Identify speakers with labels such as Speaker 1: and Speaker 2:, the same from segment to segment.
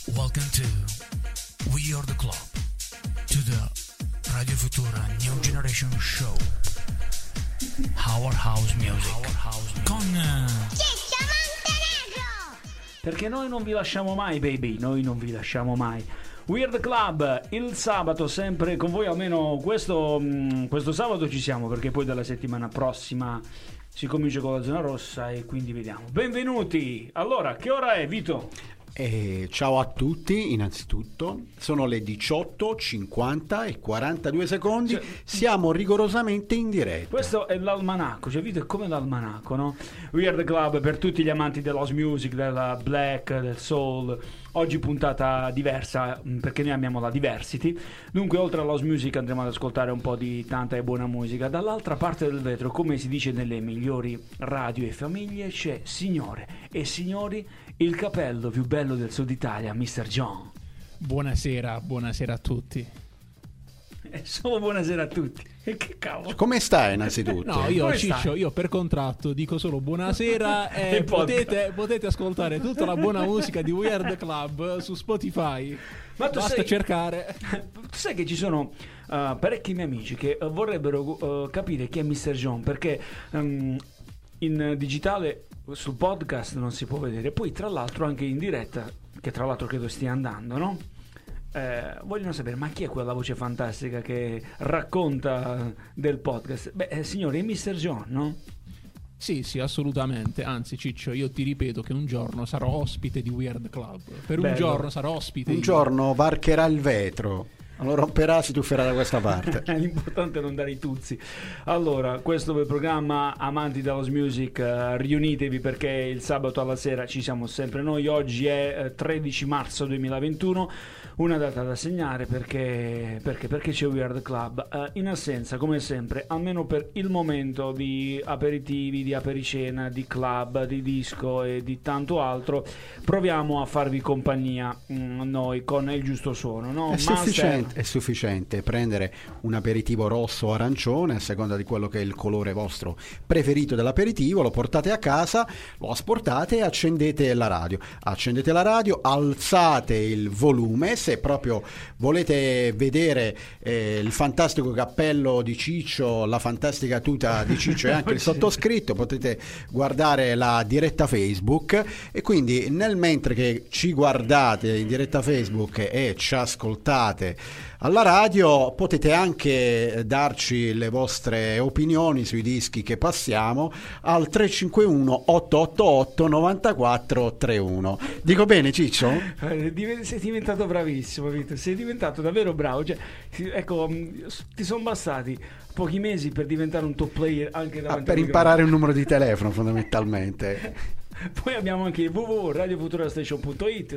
Speaker 1: Welcome to We Are The Club, to the Radio Futura New Generation Show. Our House Music con
Speaker 2: Ciccio Montenegro.
Speaker 3: Perché noi non vi lasciamo mai, baby, noi non vi lasciamo mai. We Are The Club, il sabato sempre con voi, almeno questo sabato ci siamo, perché poi dalla settimana prossima si comincia con la zona rossa e quindi vediamo. Benvenuti! Allora, che ora è, Vito?
Speaker 4: Ciao a tutti, innanzitutto sono le 18:50 e 42 secondi, siamo rigorosamente in diretta.
Speaker 3: Questo è l'almanacco, cioè Vito è come l'almanacco, no? We Are The Club per tutti gli amanti dell'house music, della black, del soul. Oggi puntata diversa perché noi amiamo la diversity. Dunque oltre all'house music andremo ad ascoltare un po' di tanta e buona musica. Dall'altra parte del vetro, come si dice nelle migliori radio e famiglie, c'è, signore e signori, il capello più bello del Sud Italia, Mr. John.
Speaker 5: Buonasera a tutti.
Speaker 3: Solo buonasera a tutti. E che cavolo.
Speaker 4: Come stai innanzitutto?
Speaker 5: No, io
Speaker 3: Come
Speaker 5: Ciccio,
Speaker 3: stai?
Speaker 5: io per contratto dico solo buonasera e potete ascoltare tutta la buona musica di We Are The Club su Spotify.
Speaker 3: Ma tu
Speaker 5: Basta cercare.
Speaker 3: Tu sai che ci sono parecchi miei amici che vorrebbero capire chi è Mr. John, perché in digitale sul podcast non si può vedere, poi tra l'altro anche in diretta, che tra l'altro credo stia andando, no? Vogliono sapere, ma chi è quella voce fantastica che racconta del podcast? Beh, signore, è Mr. John, no?
Speaker 5: Sì, assolutamente. Anzi, Ciccio, io ti ripeto che un giorno sarò ospite di We Are The Club. Per un giorno sarò ospite.
Speaker 4: Un giorno varcherà il vetro, lo romperà, si tufferà da questa parte.
Speaker 3: L'importante è non dare i tuzzi. Allora, questo è il programma Amanti dell'house music, riunitevi perché il sabato alla sera ci siamo sempre noi. Oggi è 13 marzo 2021, una data da segnare perché c'è We Are The Club in assenza, come sempre, almeno per il momento, di aperitivi, di apericena, di club, di disco e di tanto altro. Proviamo a farvi compagnia noi con il giusto suono, no?
Speaker 4: È sufficiente prendere un aperitivo rosso o arancione a seconda di quello che è il colore vostro preferito dell'aperitivo, lo portate a casa, lo asportate e accendete la radio, alzate il volume. Se proprio volete vedere il fantastico cappello di Ciccio, la fantastica tuta di Ciccio e anche il sottoscritto, potete guardare la diretta Facebook, e quindi nel mentre che ci guardate in diretta Facebook e ci ascoltate alla radio, potete anche darci le vostre opinioni sui dischi che passiamo al 351 888 9431. Dico bene, Ciccio?
Speaker 3: Sei diventato bravissimo, Vito. Sei diventato davvero bravo. Cioè, ecco, ti sono bastati pochi mesi per diventare un top player anche davanti
Speaker 4: per imparare un numero di telefono, fondamentalmente.
Speaker 3: Poi abbiamo anche www.radiofuturastation.it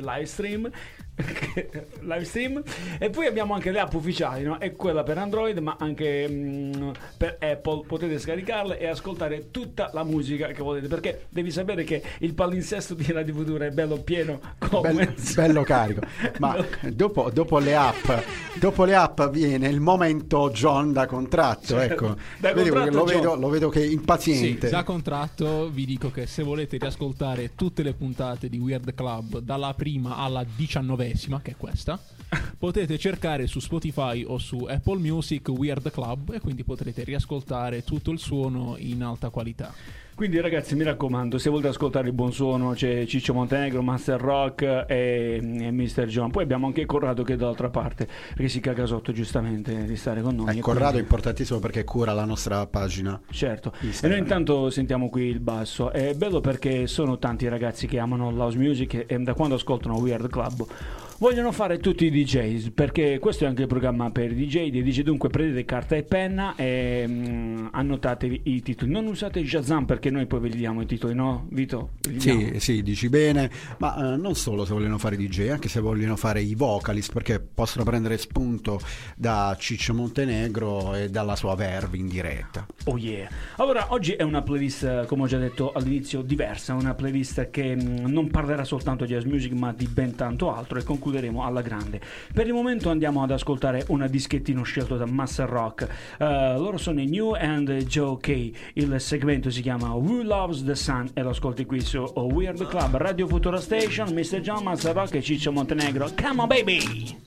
Speaker 3: live stream, e poi abbiamo anche le app ufficiali, no? È quella per Android ma anche per Apple, potete scaricarle e ascoltare tutta la musica che volete, perché devi sapere che il palinsesto di Radio Futura è bello pieno,
Speaker 4: bello carico. Ma dopo le app viene il momento John da contratto, ecco.
Speaker 3: Da contratto,
Speaker 4: lo vedo che è impaziente.
Speaker 5: Sì, da contratto vi dico che se volete riascoltare tutte le puntate di We Are The Club dalla prima alla 19ª, che è questa, potete cercare su Spotify o su Apple Music We Are The Club, e quindi potrete riascoltare tutto il suono in alta qualità.
Speaker 3: Quindi ragazzi, mi raccomando, se volete ascoltare il buon suono c'è Ciccio Montenegro, Master Rock e Mr. John. Poi abbiamo anche Corrado che è dall'altra parte, perché si caga sotto giustamente di stare con noi.
Speaker 4: Corrado è importantissimo perché cura la nostra pagina.
Speaker 3: Certo. E noi intanto sentiamo qui il basso. È bello perché sono tanti i ragazzi che amano l'house music e da quando ascoltano We Are The Club vogliono fare tutti i DJs, perché questo è anche il programma per i DJ. Dunque prendete carta e penna e annotatevi i titoli. Non usate Shazam perché noi poi ve li diamo i titoli, no Vito?
Speaker 4: Sì, dici bene, ma non solo se vogliono fare i DJ, anche se vogliono fare i vocalist, perché possono prendere spunto da Ciccio Montenegro e dalla sua verve in diretta.
Speaker 3: Oh yeah. Allora, oggi è una playlist, come ho già detto all'inizio, diversa, una playlist che non parlerà soltanto di house music ma di ben tanto altro, e con concluderemo alla grande. Per il momento andiamo ad ascoltare un dischettino scelto da Master Rock. Loro sono i New and Joe K. Il segmento si chiama Who Loves the Sun e lo ascolti qui su Weird Club, Radio Futura Station. Mr. John, Master Rock e Ciccio Montenegro. Come on baby!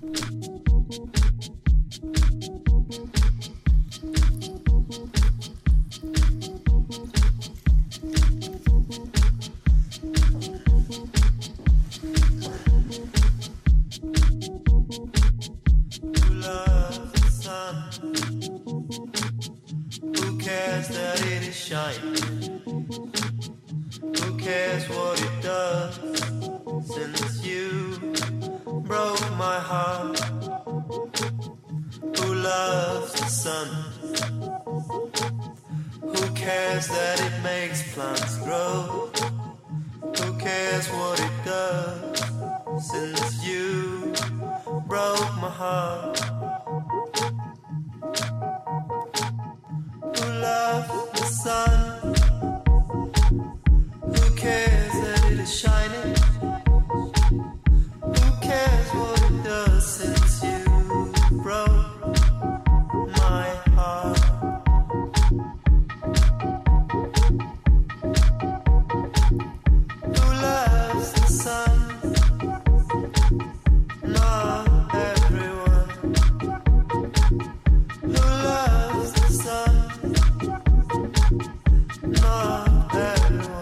Speaker 6: Who cares what it does? Since you broke my heart. Who loves the sun? Who cares that it makes plants grow? Who cares what it does? Since you broke my heart. Who loves the sun? Who cares that it is shining? Who cares what it does since you broke my heart? Who loves the sun? Not everyone. Who loves the sun? Not everyone.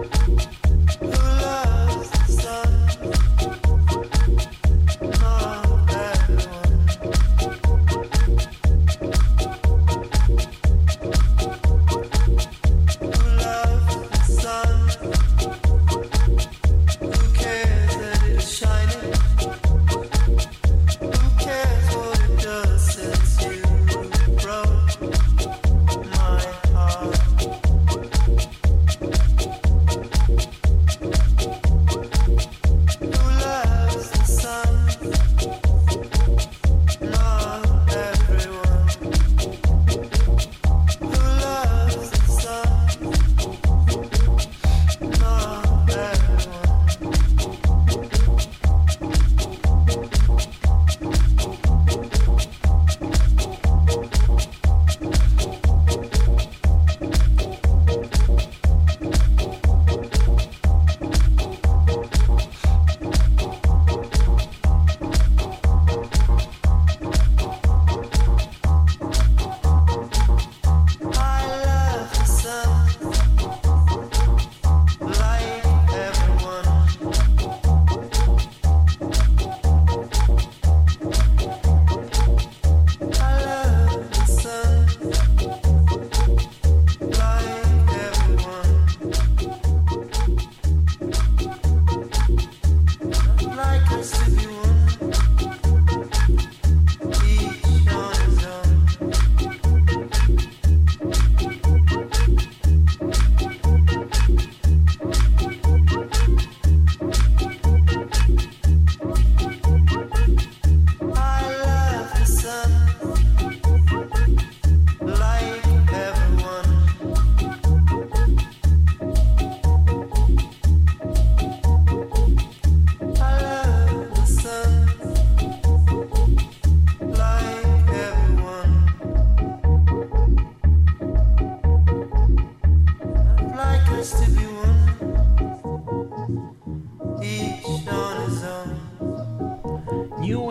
Speaker 7: Love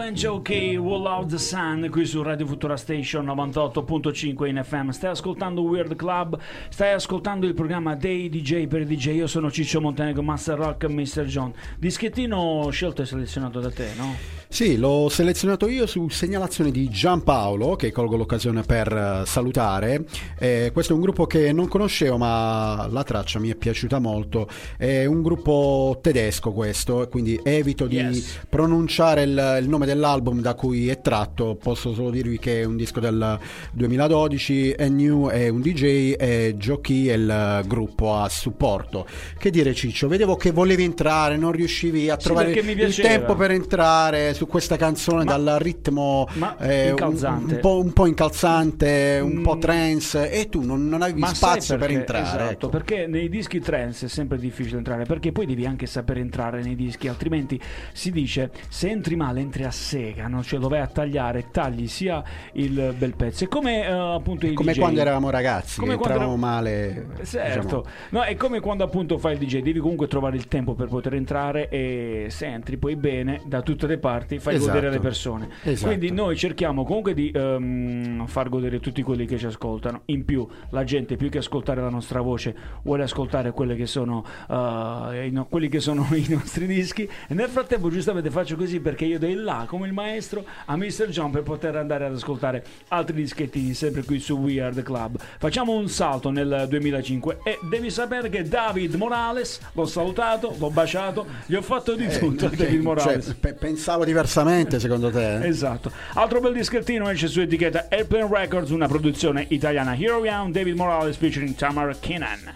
Speaker 3: and Joe K, Wall Out the Sun, qui su Radio Futura Station 98.5 in FM. Stai ascoltando Weird Club, stai ascoltando il programma dei DJ per i DJ. Io sono Ciccio Montenegro, Master Rock, Mr. John. Dischettino scelto e selezionato da te, no?
Speaker 4: Sì, l'ho selezionato io su segnalazione di Giampaolo, che colgo l'occasione per salutare. Questo è un gruppo che non conoscevo, ma la traccia mi è piaciuta molto. È un gruppo tedesco questo, quindi evito di pronunciare il nome dell'album da cui è tratto. Posso solo dirvi che è un disco del 2012, New è un DJ e Jockey è il gruppo a supporto. Che dire, Ciccio, vedevo che volevi entrare, non riuscivi a trovare il tempo per entrare su questa canzone dal ritmo
Speaker 3: incalzante.
Speaker 4: un po' incalzante, un po' trance, e tu non avevi spazio per entrare.
Speaker 3: Esatto,
Speaker 4: ecco.
Speaker 3: Perché nei dischi trance è sempre difficile entrare, perché poi devi anche sapere entrare nei dischi, altrimenti si dice se entri male entri a sega, no? Cioè lo vai a tagliare, tagli sia il bel pezzo. È come appunto i
Speaker 4: come
Speaker 3: DJ.
Speaker 4: quando eravamo ragazzi,
Speaker 3: come
Speaker 4: che entravamo male.
Speaker 3: Certo,
Speaker 4: diciamo.
Speaker 3: no, è come quando appunto fai il DJ, devi comunque trovare il tempo per poter entrare, e se entri poi bene da tutte le parti fai godere le persone.
Speaker 4: Esatto.
Speaker 3: Quindi noi cerchiamo comunque di far godere tutti quelli che ci ascoltano. In più la gente, più che ascoltare la nostra voce, vuole ascoltare quelle che sono quelli che sono i nostri dischi, e nel frattempo giustamente faccio così perché io do il là come il maestro a Mr. John per poter andare ad ascoltare altri dischettini sempre qui su We Are The Club. Facciamo un salto nel 2005 e devi sapere che David Morales l'ho salutato, l'ho baciato, gli ho fatto di tutto a David Morales.
Speaker 4: Cioè, pensavo diversamente, secondo te?
Speaker 3: Esatto. Altro bel dischettino esce su etichetta Airplane Records, una produzione italiana. Here We Are, David Morales featuring Tamara Keenan.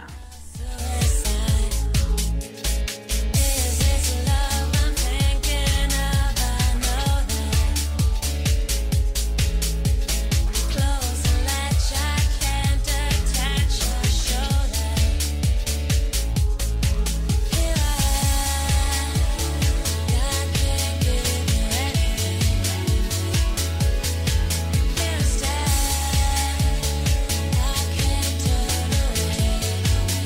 Speaker 7: Stay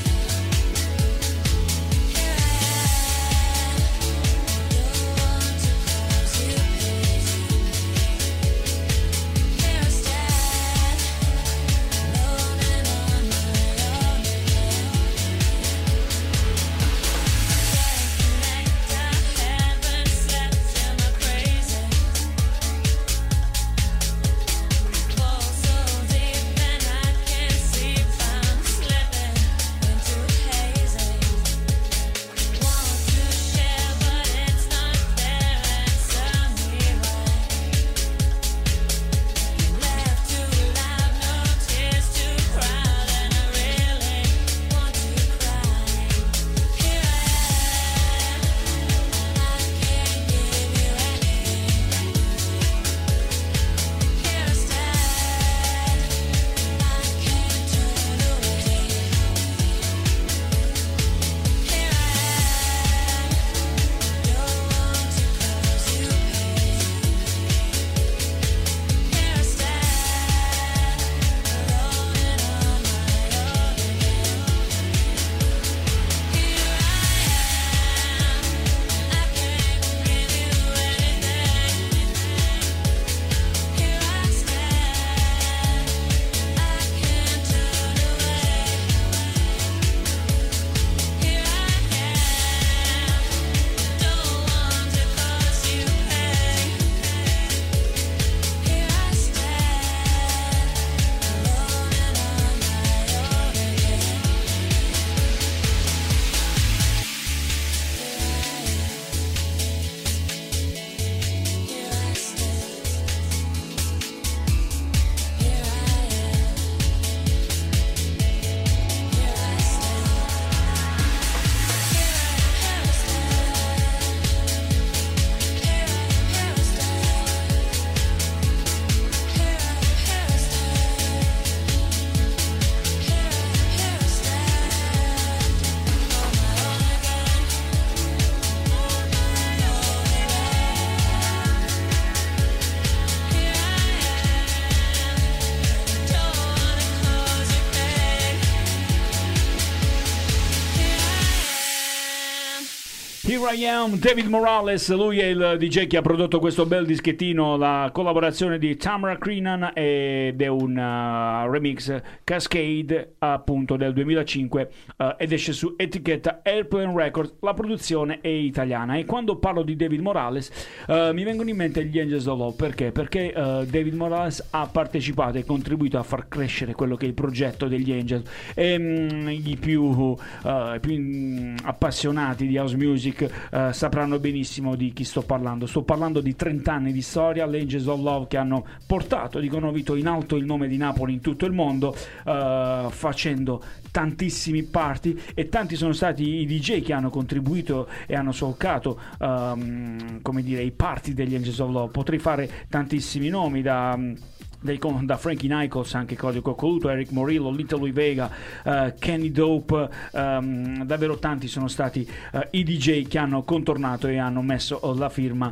Speaker 3: Here I Am, David Morales, lui è il DJ che ha prodotto questo bel dischettino, la collaborazione di Tamara Creenan, ed è un remix Cascade appunto del 2005 ed esce su etichetta Airplane Records. La produzione è italiana, e quando parlo di David Morales mi vengono in mente gli Angels of Love. Perché David Morales ha partecipato e contribuito a far crescere quello che è il progetto degli Angels, e i più appassionati di house music sapranno benissimo di chi sto parlando. Sto parlando di 30 anni di storia, le Angels of Love, che hanno portato, dicono Vito, in alto il nome di Napoli in tutto il mondo, facendo tantissimi party, e tanti sono stati i DJ che hanno contribuito e hanno solcato come dire, i party degli Angels of Love. Potrei fare tantissimi nomi, da Frankie Nichols, anche Claudio Coccoluto, Eric Morillo, Little Louis Vega, Kenny Dope, davvero tanti sono stati i DJ che hanno contornato e hanno messo la firma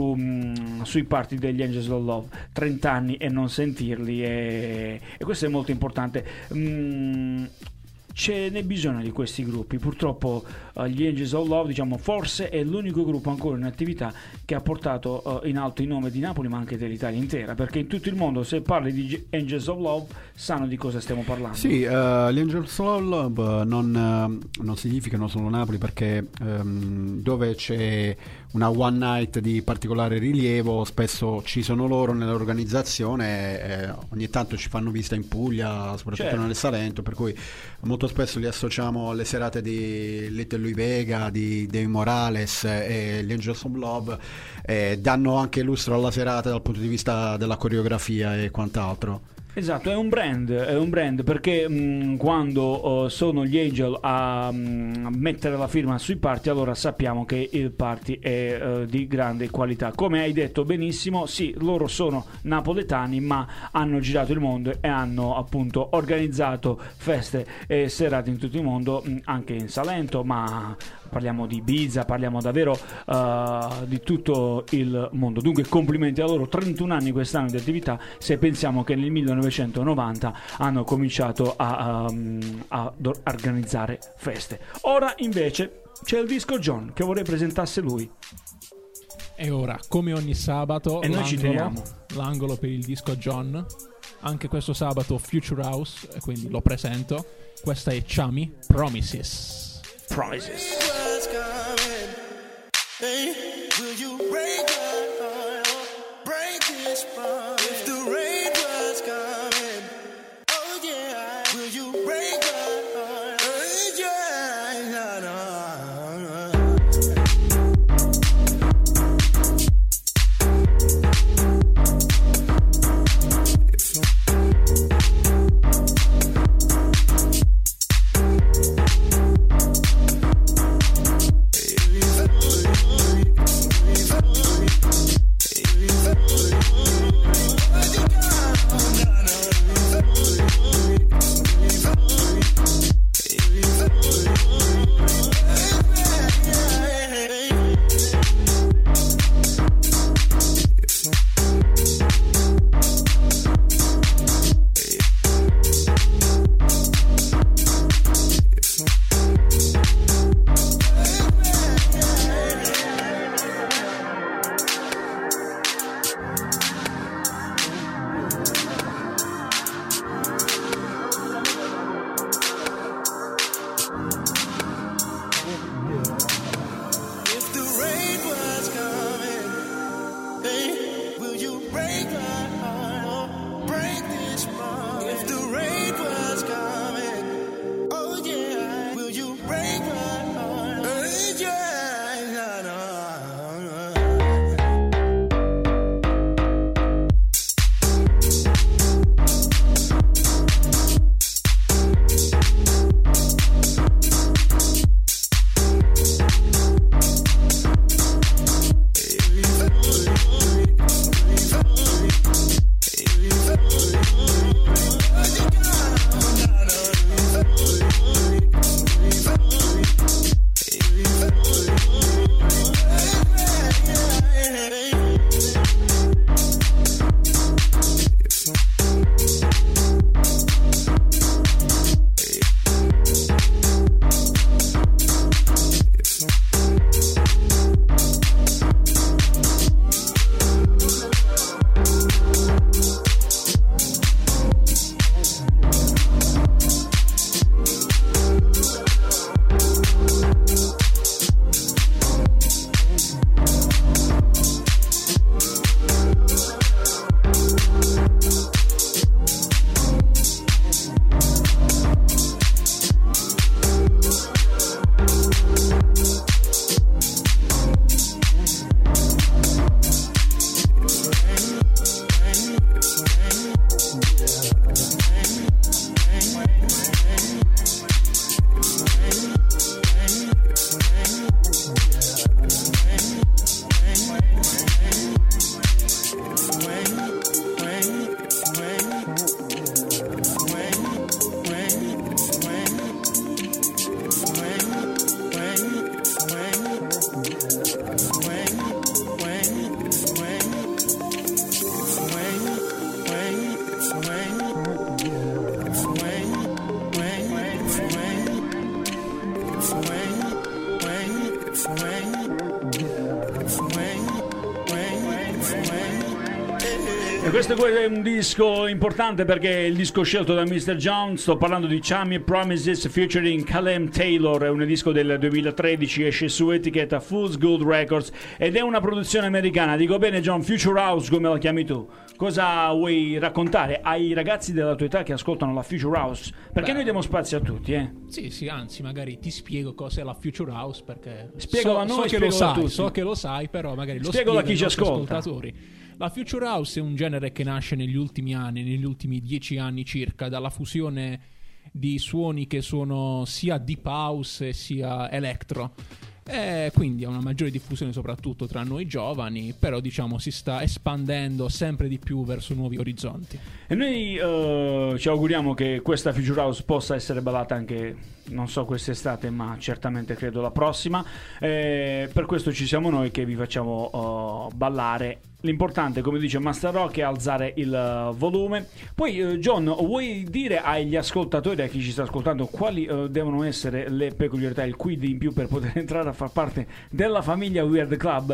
Speaker 3: sui party degli Angels of Love. 30 anni e non sentirli, e questo è molto importante. Ce n'è bisogno di questi gruppi. Purtroppo gli Angels of Love, diciamo, forse è l'unico gruppo ancora in attività che ha portato in alto il nome di Napoli, ma anche dell'Italia intera, perché in tutto il mondo, se parli di Angels of Love, sanno di cosa stiamo parlando.
Speaker 4: Sì, gli Angels of Love non significano solo Napoli, perché dove c'è una one night di particolare rilievo spesso ci sono loro nell'organizzazione, ogni tanto ci fanno vista in Puglia, soprattutto nel Salento, per cui molto spesso li associamo alle serate di Little Louis Vega, di Dave Morales, e gli Angels of Love danno anche lustro alla serata dal punto di vista della coreografia e quant'altro.
Speaker 3: Esatto, è un brand, perché quando sono gli Angel a mettere la firma sui party, allora sappiamo che il party è di grande qualità. Come hai detto benissimo, sì, loro sono napoletani, ma hanno girato il mondo e hanno appunto organizzato feste e serate in tutto il mondo, anche in Salento, ma parliamo di Ibiza, parliamo davvero di tutto il mondo. Dunque complimenti a loro, 31 anni quest'anno di attività, se pensiamo che nel 1990 hanno cominciato a organizzare feste. Ora invece c'è il disco John, che vorrei presentasse lui.
Speaker 5: E ora, come ogni sabato,
Speaker 3: e noi ci teniamo
Speaker 5: l'angolo per il disco John. Anche questo sabato Future House, quindi lo presento. Questa è Chami, Promises.
Speaker 6: What's coming? Hey, will you break my heart? Break this promise? If the rain was coming, oh yeah, will you break my heart? Yeah, no, no. If
Speaker 3: E questo è un disco importante perché è il disco scelto da Mr. John. Sto parlando di Chummy Promises featuring Callum Taylor. È un disco del 2013, esce su etichetta Fool's Gold Records ed è una produzione americana. Dico bene, John? Future House, come la chiami tu? Cosa vuoi raccontare ai ragazzi della tua età che ascoltano la Future House? Perché noi diamo spazio a tutti, eh?
Speaker 5: Sì, anzi, magari ti spiego cos'è la Future House, perché
Speaker 3: Spiegalo a noi,
Speaker 5: che lo
Speaker 3: spiegalo a
Speaker 5: sai,
Speaker 3: tutti.
Speaker 5: so che lo sai, però magari lo
Speaker 3: Spiegalo a chi
Speaker 5: spiego ai
Speaker 3: ci
Speaker 5: nostri
Speaker 3: ascolta.
Speaker 5: ascoltatori. La Future House è un genere che nasce negli ultimi anni, negli ultimi 10 anni circa, dalla fusione di suoni che sono sia deep house sia electro. E quindi ha una maggiore diffusione soprattutto tra noi giovani, però diciamo si sta espandendo sempre di più verso nuovi orizzonti.
Speaker 3: E noi ci auguriamo che questa Future House possa essere ballata anche, non so quest'estate, ma certamente credo la prossima. Per questo ci siamo noi che vi facciamo ballare. L'importante, come dice Master Rock, è alzare il volume. Poi John, vuoi dire agli ascoltatori, a chi ci sta ascoltando, quali devono essere le peculiarità, il quid in più per poter entrare a far parte della famiglia Weird Club,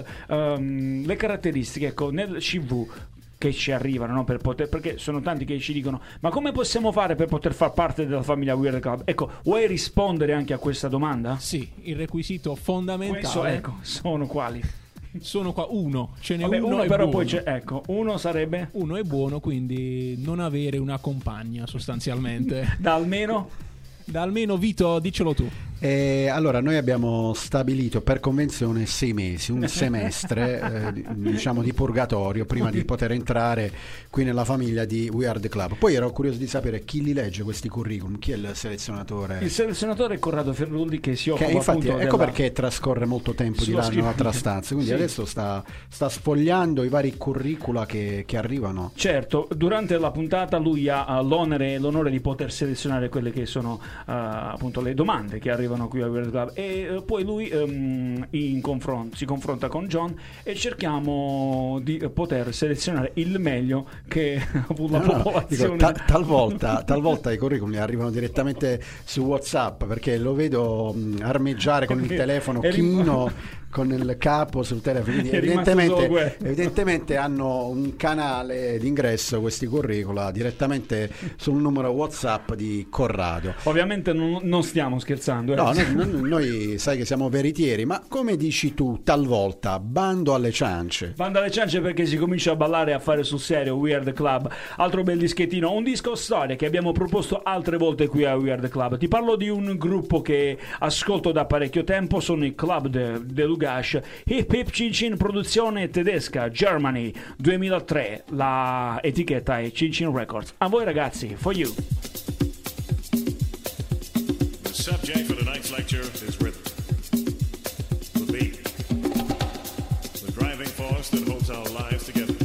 Speaker 3: le caratteristiche, ecco, nel CV che ci arrivano, no? Per poter, perché sono tanti che ci dicono: ma come possiamo fare per poter far parte della famiglia Weird Club? Ecco, vuoi rispondere anche a questa domanda?
Speaker 5: Sì, il requisito fondamentale.
Speaker 3: Questo, ecco, sono quali?
Speaker 5: Sono qua uno, ce n'è
Speaker 3: Vabbè,
Speaker 5: uno è
Speaker 3: però
Speaker 5: buono.
Speaker 3: poi c'è, ecco, uno sarebbe
Speaker 5: Uno è buono, quindi non avere una compagna sostanzialmente.
Speaker 3: da almeno
Speaker 5: Da almeno, Vito, dicelo tu.
Speaker 4: Allora, noi abbiamo stabilito per convenzione 6 mesi, un semestre diciamo di purgatorio prima di poter entrare qui nella famiglia di Weird Club. Poi ero curioso di sapere chi li legge questi curriculum, chi è il selezionatore.
Speaker 3: il selezionatore è Corrado Ferrulli, che si
Speaker 4: Che
Speaker 3: occupa
Speaker 4: infatti
Speaker 3: appunto
Speaker 4: ecco
Speaker 3: della...
Speaker 4: perché trascorre molto tempo di
Speaker 3: Sullo
Speaker 4: là nella
Speaker 3: scrivania.
Speaker 4: nostra stanza, quindi
Speaker 3: Sì.
Speaker 4: adesso sta sfogliando i vari curricula che arrivano.
Speaker 3: Certo, durante la puntata lui ha l'onore di poter selezionare quelle che sono appunto le domande che arrivano qui a Weird Club, e poi lui si confronta con John e cerchiamo di poter selezionare il meglio che ha avuto la
Speaker 4: No,
Speaker 3: popolazione.
Speaker 4: dico, talvolta i curriculum arrivano direttamente su WhatsApp, perché lo vedo armeggiare con il telefono
Speaker 3: È
Speaker 4: chino con il capo sul telefono, quindi
Speaker 3: È rimasto solo quello.
Speaker 4: evidentemente hanno un canale d'ingresso questi curricula direttamente sul numero WhatsApp di Corrado.
Speaker 3: Ovviamente non stiamo scherzando, eh.
Speaker 4: No, noi sai che siamo veritieri, ma come dici tu, talvolta bando alle ciance.
Speaker 3: Banda alle ciance, perché si comincia a ballare e a fare sul serio Weird Club. Altro bel dischettino, un disco storia che abbiamo proposto altre volte qui a Weird Club. Ti parlo di un gruppo che ascolto da parecchio tempo, sono i Club de Lugash. Hip Hip Chin Chin, produzione tedesca, Germany 2003. La etichetta è Chin Chin Records. A voi ragazzi, for you.
Speaker 7: The subject for tonight's lecture is rhythm. The beat. The driving force that holds our lives together.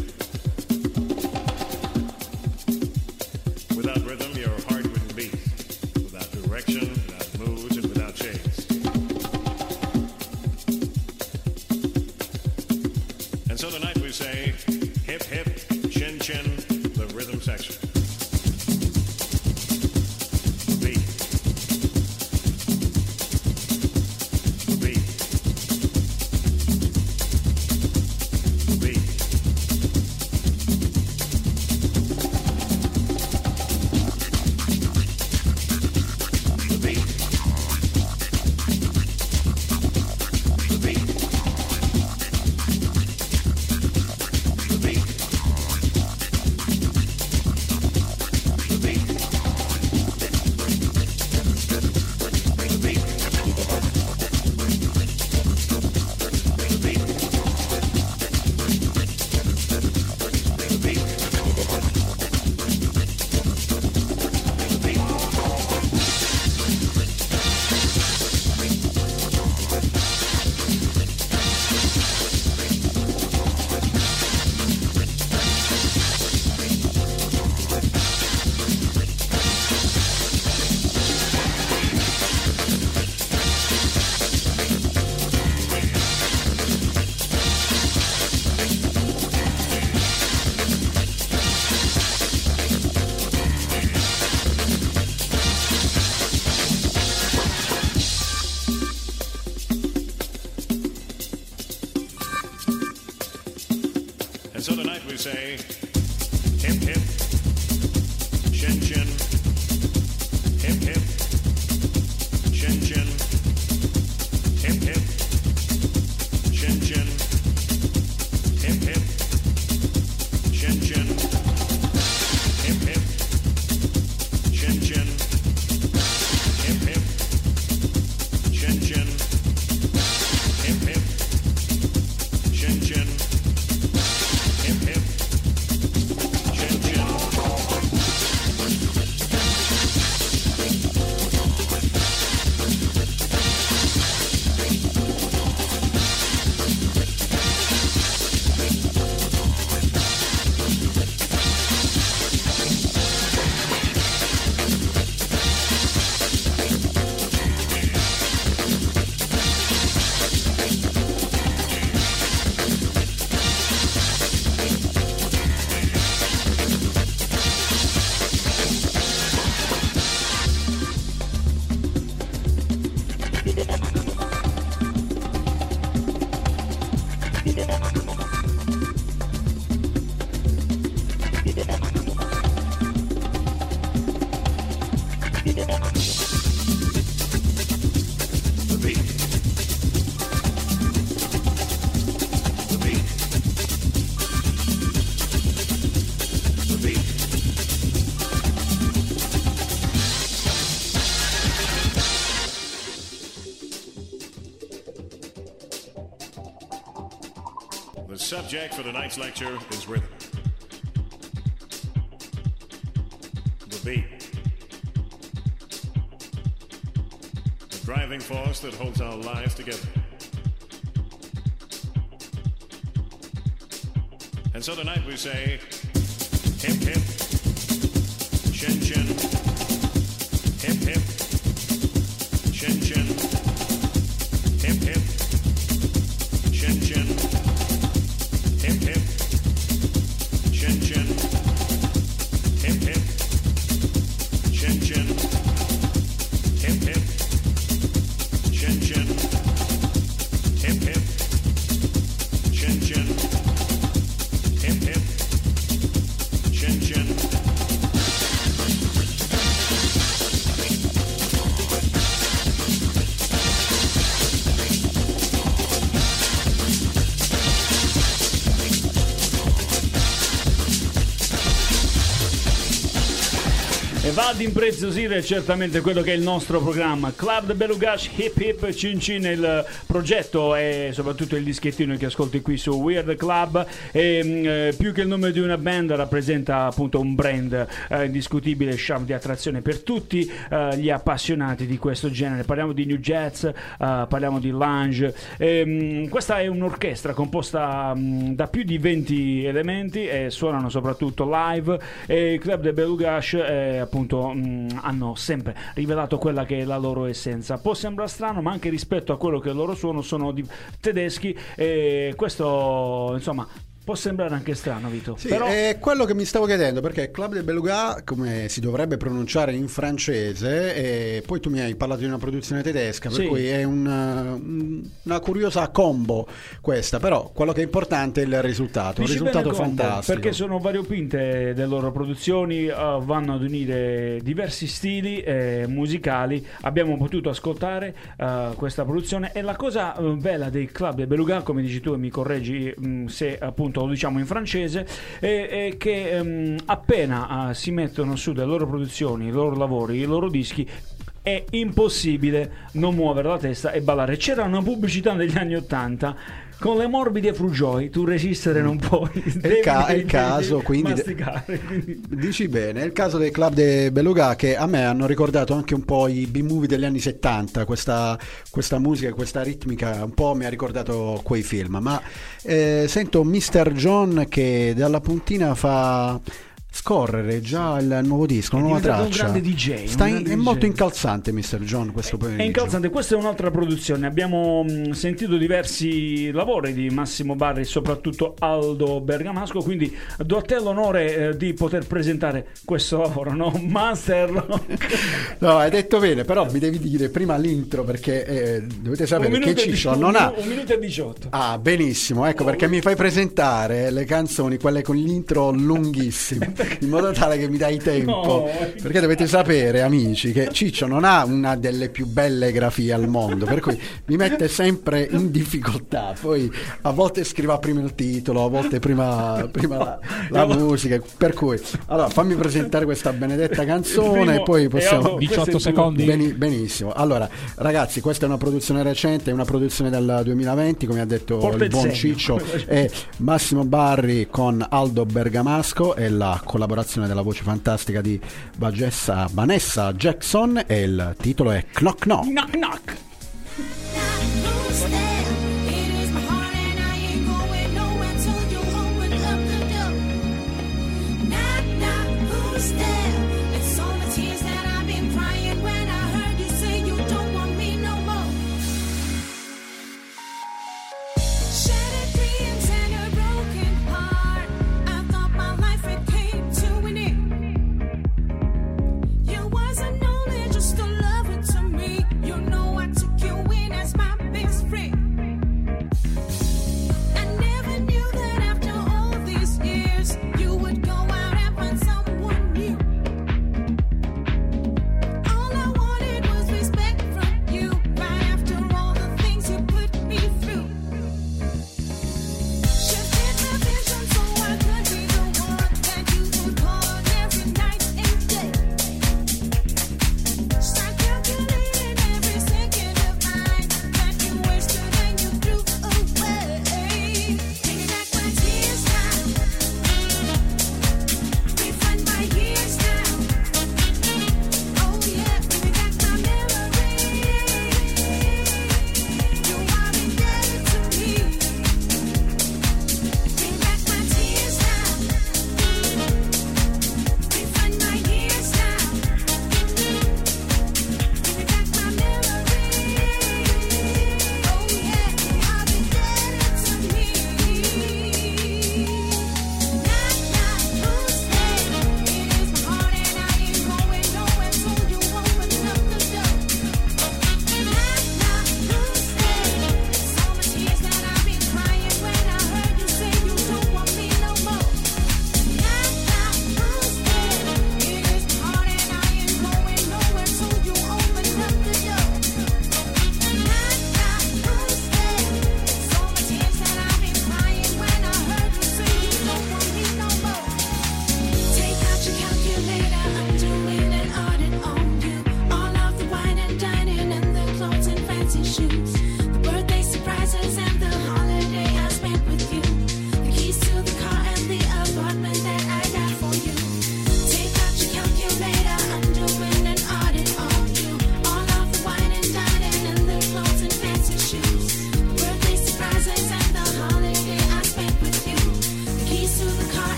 Speaker 7: Without rhythm, your heart wouldn't beat. Without direction, without moods, and without shades. And so tonight we say, hip hip, chin chin, the rhythm section. Beat. Beat. Beat. The beat. The beat. The beat. The beat. And so tonight we say, Hip hip. Chin chin. Hip hip. Chin chin. Hip hip. Chin chin. Hip hip. Chin chin. Hip hip. Chin chin. Hip hip. Chin chin. Hip hip. Chin chin. Hip hip. Chin chin. The beat. The beat. The beat. The subject for tonight's lecture is rhythm. The beat. The driving force that holds our lives together. And so tonight we say, hip hip, chin chin, hip hip, chin chin, hip hip, chin chin, hip hip, chin chin, hip hip, chin chin, hip hip, chin chin, hip hip, chin chin, hip hip, chin chin.
Speaker 3: E va ad impreziosire certamente quello che è il nostro programma Club de Belugash Hip Hip Cin Cin, il progetto e soprattutto il dischettino che ascolti qui su Weird Club. E più che il nome di una band rappresenta appunto un brand indiscutibile, charme di attrazione per tutti gli appassionati di questo genere. Parliamo di new jazz, parliamo di lounge. Questa è un'orchestra composta da più di 20 elementi e suonano soprattutto live, e il Club de Belugash appunto hanno sempre rivelato quella che è la loro essenza. Può sembrare strano, ma anche rispetto a quello che loro sono tedeschi, e questo insomma può sembrare anche strano, Vito.
Speaker 4: Sì,
Speaker 3: però
Speaker 4: è quello che mi stavo chiedendo, perché Club de Beluga, come si dovrebbe pronunciare in francese, e poi tu mi hai parlato di una produzione tedesca, per
Speaker 3: Sì.
Speaker 4: cui è una curiosa combo questa, però quello che è importante è il risultato, un
Speaker 3: dici
Speaker 4: risultato
Speaker 3: bene combo,
Speaker 4: fantastico.
Speaker 3: perché sono variopinte le loro produzioni, vanno ad unire diversi stili musicali. Abbiamo potuto ascoltare questa produzione, e la cosa bella dei Club de Beluga, come dici tu e mi correggi se appunto lo diciamo in francese, è che appena si mettono su le loro produzioni, i loro lavori, i loro dischi, è impossibile non muovere la testa e ballare. C'era una pubblicità negli anni '80: con le morbide frugioi tu resistere non puoi.
Speaker 4: È il caso, quindi
Speaker 3: masticare, quindi.
Speaker 4: dici bene, è il caso del Club de Beluga, che a me hanno ricordato anche un po' i B-movie degli anni '70, questa musica, questa ritmica un po' mi ha ricordato quei film. Ma sento Mr. John che dalla puntina fa scorrere già il nuovo disco, la nuova
Speaker 3: diventato
Speaker 4: traccia.
Speaker 3: un grande DJ,
Speaker 4: È molto incalzante, Mr. John, questo pomeriggio.
Speaker 3: È incalzante, questa è un'altra produzione. Abbiamo sentito diversi lavori di Massimo Barri e soprattutto Aldo Bergamasco, quindi do a te l'onore di poter presentare questo lavoro, no? Master
Speaker 4: No, hai detto bene, però mi devi dire prima l'intro, perché dovete sapere che Ciccio non ha
Speaker 3: 1 minuto e 18.
Speaker 4: Ah, benissimo, ecco perché mi fai presentare le canzoni, quelle con l'intro lunghissime, in modo tale che mi dai tempo. Perché dovete sapere, amici, che Ciccio non ha una delle più belle grafie al mondo, per cui mi mette sempre in difficoltà. Poi a volte scriva prima il titolo, a volte prima la musica. Per cui, allora, fammi presentare questa benedetta canzone e poi possiamo...
Speaker 5: 18 secondi.
Speaker 4: Benissimo. Allora, ragazzi, questa è una produzione recente, è una produzione del 2020, come ha detto
Speaker 3: Porta
Speaker 4: il buon
Speaker 3: il segno.
Speaker 4: Ciccio, è Massimo Barri con Aldo Bergamasco e la collaborazione della voce fantastica di Vanessa Jackson, e il titolo è Knock Knock.
Speaker 3: Knock knock.
Speaker 2: Who's there? It is my heart and I ain't going nowhere till you open up the door. Knock, knock, who's there? It's all the tears that I've been crying when I heard you say you don't want me no more. Shattered dreams and a broken heart. I thought my life had came to an end. You wasn't only just a lover to me. You know I took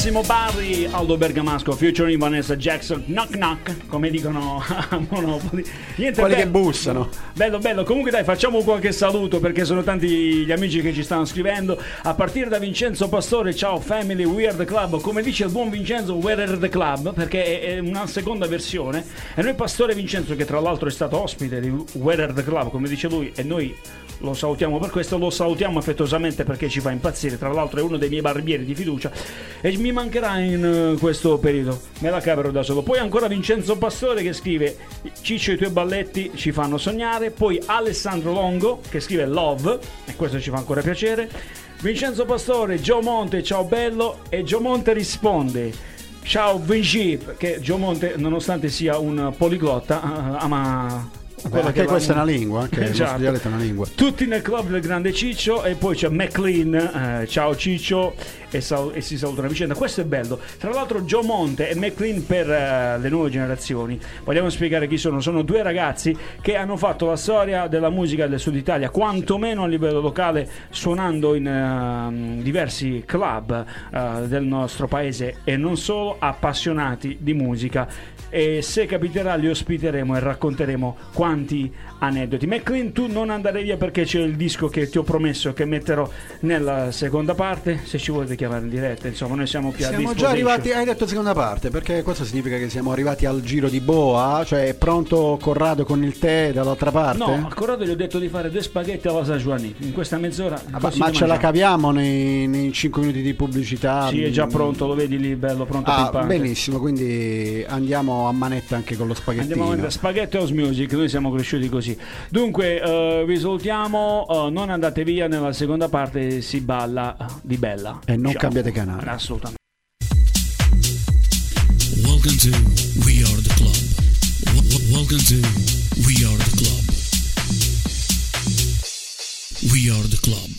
Speaker 3: Massimo Barri, Aldo Bergamasco, featuring Vanessa Jackson, knock knock, come dicono a Monopoli. Niente,
Speaker 4: Quelli
Speaker 3: bello,
Speaker 4: che bussano.
Speaker 3: bello. Comunque dai, facciamo qualche saluto perché sono tanti gli amici che ci stanno scrivendo. A partire da Vincenzo Pastore, ciao family, We Are The Club. Come dice il buon Vincenzo, Where Are The Club, perché è una seconda versione. E noi Pastore Vincenzo, che tra l'altro è stato ospite di Where Are The Club, come dice lui, e noi lo salutiamo per questo, lo salutiamo affettuosamente perché ci fa impazzire. Tra l'altro è uno dei miei barbieri di fiducia e mi mancherà in questo periodo, me la caverò da solo. Poi ancora Vincenzo Pastore che scrive: Ciccio, i tuoi balletti ci fanno sognare. Poi Alessandro Longo che scrive Love, e questo ci fa ancora piacere. Vincenzo Pastore, Gio Monte, ciao bello. E Gio Monte risponde: ciao Vinci, perché Gio Monte, nonostante sia un poliglotta, ama
Speaker 4: Vabbè, anche questa è una lingua, anche il nostro
Speaker 3: Esatto.
Speaker 4: dialetto è una lingua.
Speaker 3: Tutti nel club del grande Ciccio. E poi c'è McLean, ciao Ciccio, e si salutano a vicenda. Questo è bello. Tra l'altro Joe Monte e McLean, per le nuove generazioni, vogliamo spiegare chi sono. Sono due ragazzi che hanno fatto la storia della musica del Sud Italia, quantomeno a livello locale, suonando in diversi club del nostro paese e non solo, appassionati di musica. E se capiterà li ospiteremo e racconteremo quanti aneddoti. McLean, tu non andare via perché c'è il disco che ti ho promesso che metterò nella seconda parte. Se ci volete chiamare in diretta, insomma, noi siamo qui a
Speaker 4: Siamo
Speaker 3: disposition.
Speaker 4: già arrivati, hai detto seconda parte, perché questo significa che siamo arrivati al giro di boa, cioè è pronto Corrado con il tè dall'altra parte?
Speaker 3: No, a Corrado gli ho detto di fare due spaghetti alla Sajuani in questa mezz'ora.
Speaker 4: Ma ce la caviamo nei 5 minuti di pubblicità?
Speaker 3: Sì, è già pronto, lo vedi lì, bello, pronto, pimpante.
Speaker 4: Benissimo, quindi andiamo a manetta anche con lo spaghettino.
Speaker 3: Andiamo avanti, spaghetti house music, noi siamo cresciuti così. Dunque, vi salutiamo, non andate via, nella seconda parte si balla di bella.
Speaker 4: E non
Speaker 3: Ciao.
Speaker 4: cambiate canale.
Speaker 3: Assolutamente.
Speaker 1: Welcome to We Are The Club. Welcome to We Are The Club. We Are The Club.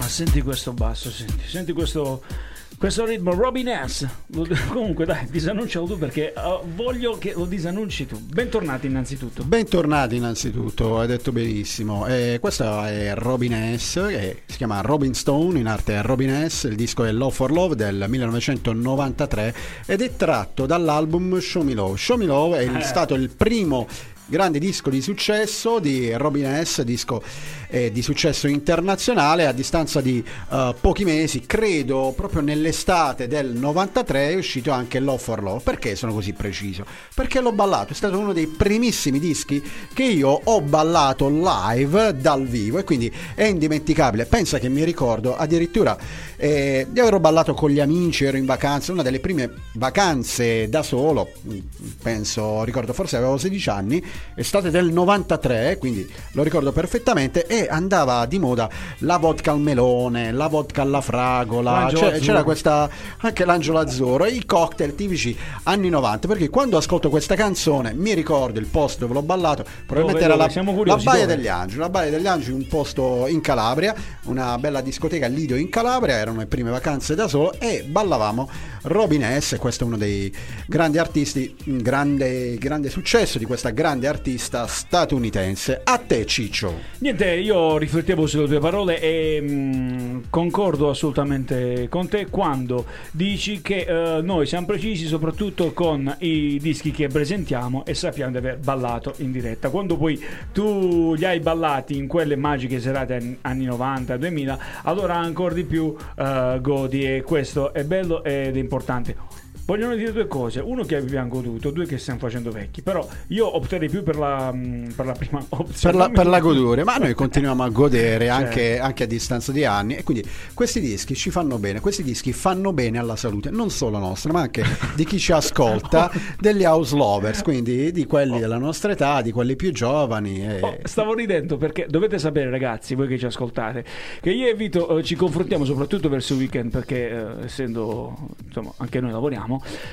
Speaker 3: Ma senti questo basso, senti questo ritmo, Robin S. Comunque dai, disannuncialo tu perché voglio che lo disannunci tu. Bentornati innanzitutto, hai detto benissimo. Questo è Robin S, che si chiama Robin Stone, in arte Robin S. Il disco è Love for Love del 1993 ed è tratto dall'album Show Me Love. Show Me Love è stato il primo grande disco di successo di Robin S, disco di successo internazionale. A distanza di pochi mesi, credo proprio nell'estate del 93, è uscito anche Love for Love. Perché sono così preciso? Perché l'ho ballato, è stato uno dei primissimi dischi che io ho ballato live dal vivo e quindi è indimenticabile. Pensa che mi ricordo addirittura di averlo ballato con gli amici, ero in vacanza, una delle prime vacanze da solo, ricordo forse avevo 16 anni, estate del 93, quindi lo ricordo perfettamente, e andava di moda la vodka al melone, la vodka alla fragola, c'era questa, anche l'angelo azzurro, i cocktail tipici anni 90, perché quando ascolto questa canzone mi ricordo il posto dove l'ho ballato, probabilmente era la Baia degli Angeli, un posto in Calabria, una bella discoteca Lido in Calabria, erano le prime vacanze da solo e ballavamo Robin S. Questo è uno dei grandi artisti, un grande successo di questa grande artista statunitense. A te, Ciccio. Niente, io riflettevo sulle tue parole e concordo assolutamente con te quando dici che noi siamo precisi soprattutto con i dischi che presentiamo e sappiamo di aver ballato in diretta. Quando poi tu li hai ballati in quelle magiche serate anni 90, 2000, allora ancora di più godi, e questo è bello ed è importante. Vogliono dire due cose: uno, che abbiamo goduto, due, che stiamo facendo vecchi. Però io opterei più per la prima opzione,
Speaker 4: per la goduria, ma noi continuiamo a godere anche a distanza di anni, e quindi questi dischi ci fanno bene, questi dischi fanno bene alla salute non solo nostra ma anche di chi ci ascolta, degli house lovers, quindi di quelli della nostra età, di quelli più giovani.
Speaker 3: Stavo ridendo perché dovete sapere, ragazzi, voi che ci ascoltate, che io e Vito ci confrontiamo soprattutto verso il weekend, perché essendo, insomma, anche noi lavoriamo,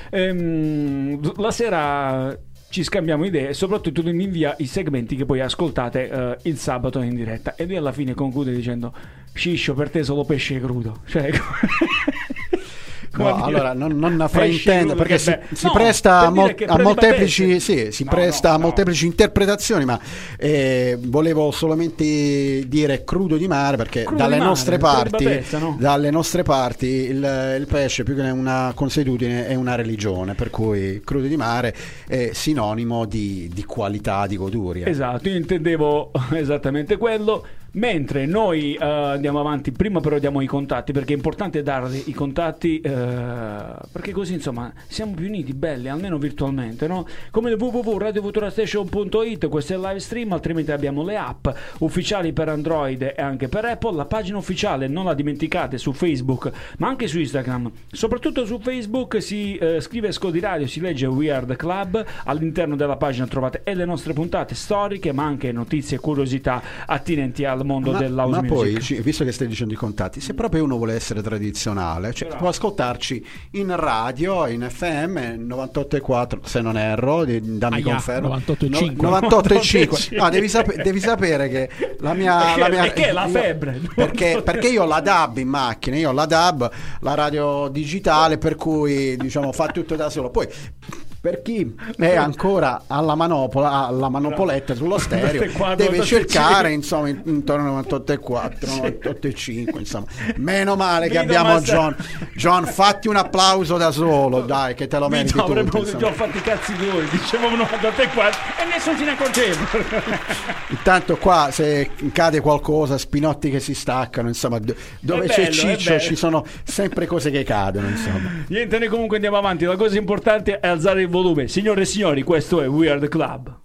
Speaker 3: la sera ci scambiamo idee e soprattutto lui mi invia i segmenti che poi ascoltate il sabato in diretta, e lui alla fine conclude dicendo: Sciscio, per te solo pesce crudo. Cioè,
Speaker 4: no, allora non fraintendo, perché si presta a molteplici, a molteplici interpretazioni, ma volevo solamente dire crudo di mare, perché dalle nostre parti il pesce, più che una consuetudine, è una religione, per cui crudo di mare è sinonimo di qualità, di goduria.
Speaker 3: Esatto, io intendevo esattamente quello. Mentre noi andiamo avanti, prima però diamo i contatti, perché è importante darvi i contatti, perché così insomma siamo più uniti, belli, almeno virtualmente, no? Come il www.radiofuturastation.it, questo è il live stream, altrimenti abbiamo le app ufficiali per Android e anche per Apple, la pagina ufficiale, non la dimenticate, su Facebook ma anche su Instagram. Soprattutto su Facebook si scrive Scodi Radio, si legge We Are The Club, all'interno della pagina trovate e le nostre puntate storiche, ma anche notizie e curiosità attinenti al mondo dell'house music.
Speaker 4: Ma poi, visto che stai dicendo i contatti, se proprio uno vuole essere tradizionale, può ascoltarci in radio, in FM 98.4, se non erro, dammi conferma, 98.5. No, devi sapere che la mia
Speaker 3: perché la febbre,
Speaker 4: perché io ho la DAB in macchina, la radio digitale, per cui diciamo fa tutto da solo. Poi per chi è ancora alla manopoletta sullo stereo, deve cercare insomma intorno a 98.4, 98.5, insomma. Meno male che abbiamo John, fatti un applauso da solo, dai, che te lo meriti tu.
Speaker 3: Avremmo già fatti i cazzi tuoi, dicevamo 98.4 e nessuno se ne accorgeva.
Speaker 4: Intanto qua, se cade qualcosa, spinotti che si staccano, insomma, dove c'è Ciccio ci sono sempre cose che cadono, insomma.
Speaker 3: Niente, noi comunque andiamo avanti, la cosa importante è alzare il volume. Signore e signori, questo è We Are The Club.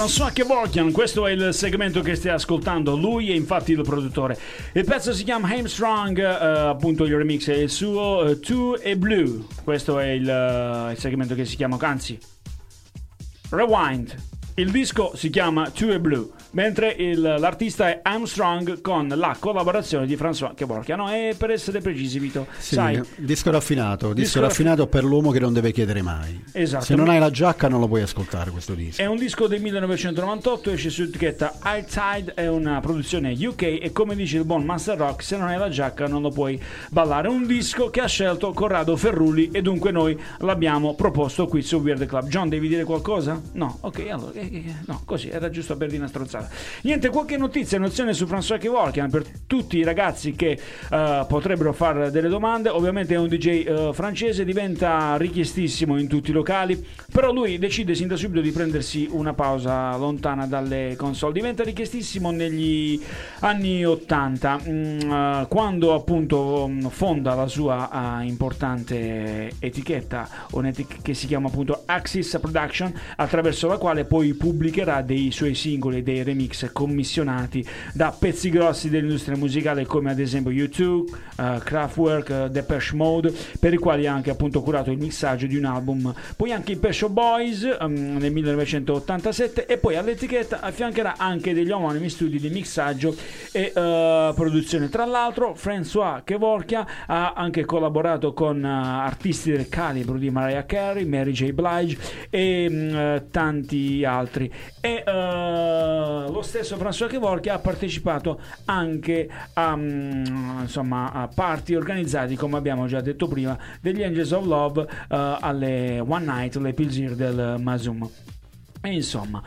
Speaker 3: François Kevorkian, questo è il segmento che stai ascoltando, lui è infatti il produttore. Il pezzo si chiama Armstrong, appunto il remix è il suo, Two e Blue, questo è il segmento che si chiama, anzi, Rewind. Il disco si chiama Two e Blue, mentre l'artista è Armstrong con la collaborazione di François Kevorkian. No, e per essere precisi, Vito,
Speaker 4: Sì,
Speaker 3: sai,
Speaker 4: disco raffinato per l'uomo che non deve chiedere mai.
Speaker 3: Esatto.
Speaker 4: Se non hai la giacca non lo puoi ascoltare questo disco.
Speaker 3: è un disco del 1998, esce su etichetta High Tide, è una produzione UK e come dice il buon Master Rock, se non hai la giacca non lo puoi ballare. Un disco che ha scelto Corrado Ferrulli e dunque noi l'abbiamo proposto qui su Weird Club. John, devi dire qualcosa? No? Ok, allora, no, così, era giusto per dire una stronzata. Niente, qualche notizia, nozione su François Kevorkian per tutti i ragazzi che potrebbero fare delle domande. Ovviamente è un DJ francese, diventa richiestissimo in tutti i locali, però lui decide sin da subito di prendersi una pausa lontana dalle console. Diventa richiestissimo negli anni 80, quando appunto fonda la sua importante etichetta, che si chiama appunto Axis Production, attraverso la quale poi pubblicherà dei suoi singoli, dei remix commissionati da pezzi grossi dell'industria musicale come ad esempio U2, Kraftwerk, Depeche Mode, per i quali ha anche appunto curato il mixaggio di un album. Poi anche i Pet Shop Boys nel 1987, e poi all'etichetta affiancherà anche degli omonimi studi di mixaggio e produzione. Tra l'altro François Kevorkian ha anche collaborato con artisti del calibro di Mariah Carey, Mary J. Blige e tanti altri, e lo stesso François Kevorkian ha partecipato anche a party organizzati, come abbiamo già detto prima, degli Angels of Love alle One Night, le Pilsir del Masum. E insomma,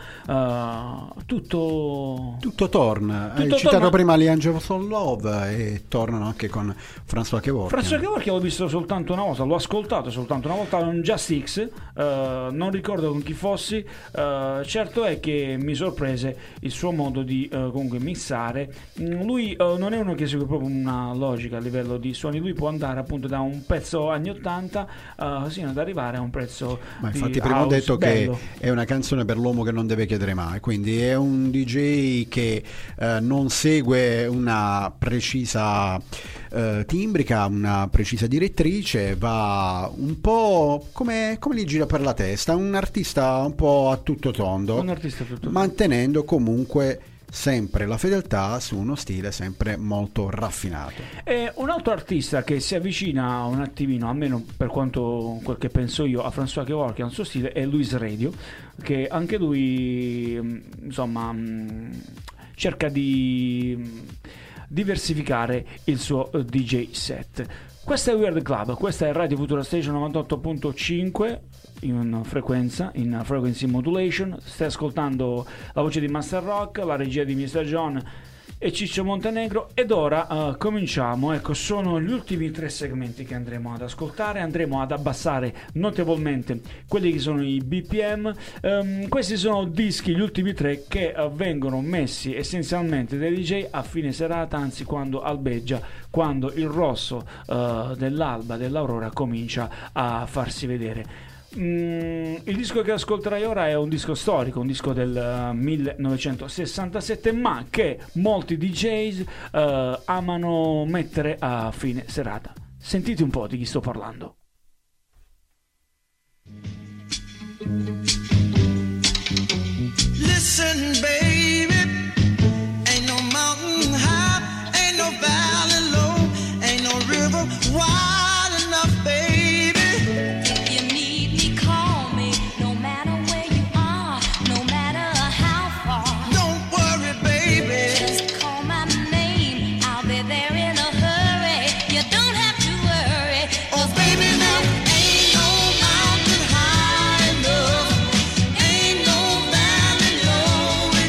Speaker 3: tutto
Speaker 4: torna. Hai
Speaker 3: tutto
Speaker 4: citato
Speaker 3: torna.
Speaker 4: prima gli Angels of Love e tornano anche con François Kevorkian.
Speaker 3: François Kevorkian l'ho visto soltanto una volta, l'ho ascoltato soltanto una volta, un Just X, non ricordo con chi fossi, certo è che mi sorprese il suo modo di comunque mixare. Lui non è uno che segue proprio una logica a livello di suoni, lui può andare appunto da un pezzo anni 80 sino ad arrivare a un pezzo
Speaker 4: Ma
Speaker 3: di
Speaker 4: infatti prima ho
Speaker 3: house
Speaker 4: detto
Speaker 3: bello.
Speaker 4: che è una canzone per l'uomo che non deve chiedere mai, quindi è un DJ che non segue una precisa timbrica, una precisa direttrice, va un po' come gli gira per la testa, un artista un po' a tutto tondo,
Speaker 3: Un artista a tutto tondo.
Speaker 4: mantenendo comunque sempre la fedeltà su uno stile sempre molto raffinato.
Speaker 3: E un altro artista che si avvicina un attimino, almeno per quel che penso io, a François Kevorkian, il suo stile, è Luis Radio, che anche lui cerca di diversificare il suo DJ set. Questa è Weird Club, questa è Radio Futura Station 98.5 in frequenza, in frequency modulation. Stai ascoltando la voce di Master Rock, la regia di Mr. John e Ciccio Montenegro, ed ora cominciamo. Ecco, sono gli ultimi 3 segmenti che andremo ad ascoltare. Andremo ad abbassare notevolmente quelli che sono i BPM. Questi sono dischi, gli ultimi 3, che vengono messi essenzialmente dai DJ a fine serata, anzi quando albeggia, quando il rosso dell'alba, dell'aurora comincia a farsi vedere. Il disco che ascolterai ora è un disco storico, un disco del 1967, ma che molti DJs amano mettere a fine serata. Sentite un po' di chi sto parlando.
Speaker 6: Listen, baby, ain't no mountain high, ain't no valley low, ain't no river wide enough, baby.
Speaker 2: If you need me, call me. No matter where you are, no matter how far.
Speaker 6: Don't worry, baby.
Speaker 2: Just call my name. I'll be there in a hurry. You don't have to worry.
Speaker 6: Oh, baby, now ain't no mountain high enough, ain't no valley low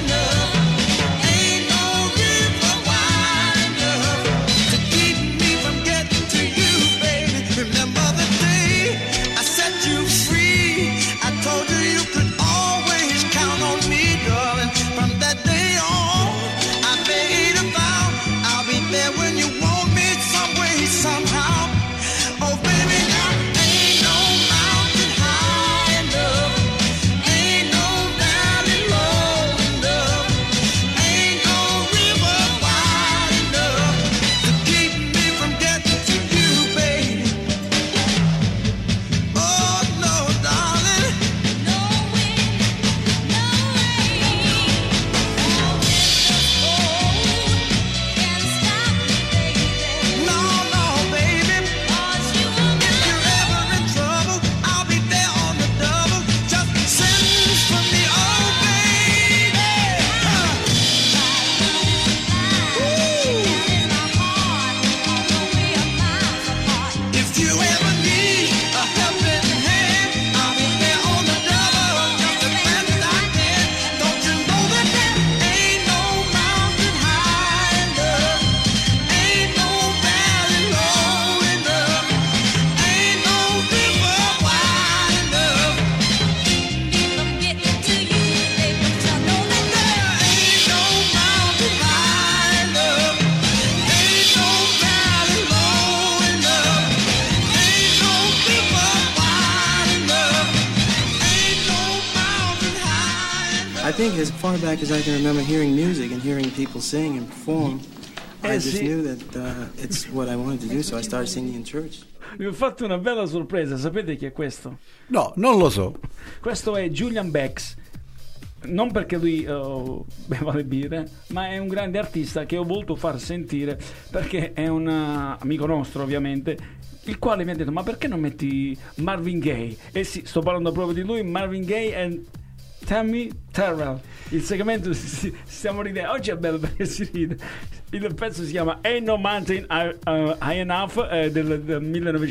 Speaker 6: I think as far back as I can remember hearing music and hearing people sing and perform, I just
Speaker 3: sì.
Speaker 6: knew that it's what I wanted to do, so I started singing in church.
Speaker 3: Vi ho fatto una bella sorpresa, sapete chi è questo?
Speaker 4: No, non lo so.
Speaker 3: Questo è Julian Bex. Non perché lui beva le birre, ma è un grande artista che ho voluto far sentire perché è un amico nostro, ovviamente, il quale mi ha detto: ma perché non metti Marvin Gaye? E sì, sto parlando proprio di lui, Marvin Gaye e Tammy Terrell. Il segmento stiamo ridendo. Oggi è bello perché si ride. Il pezzo si chiama Ain't No Mountain High Enough, del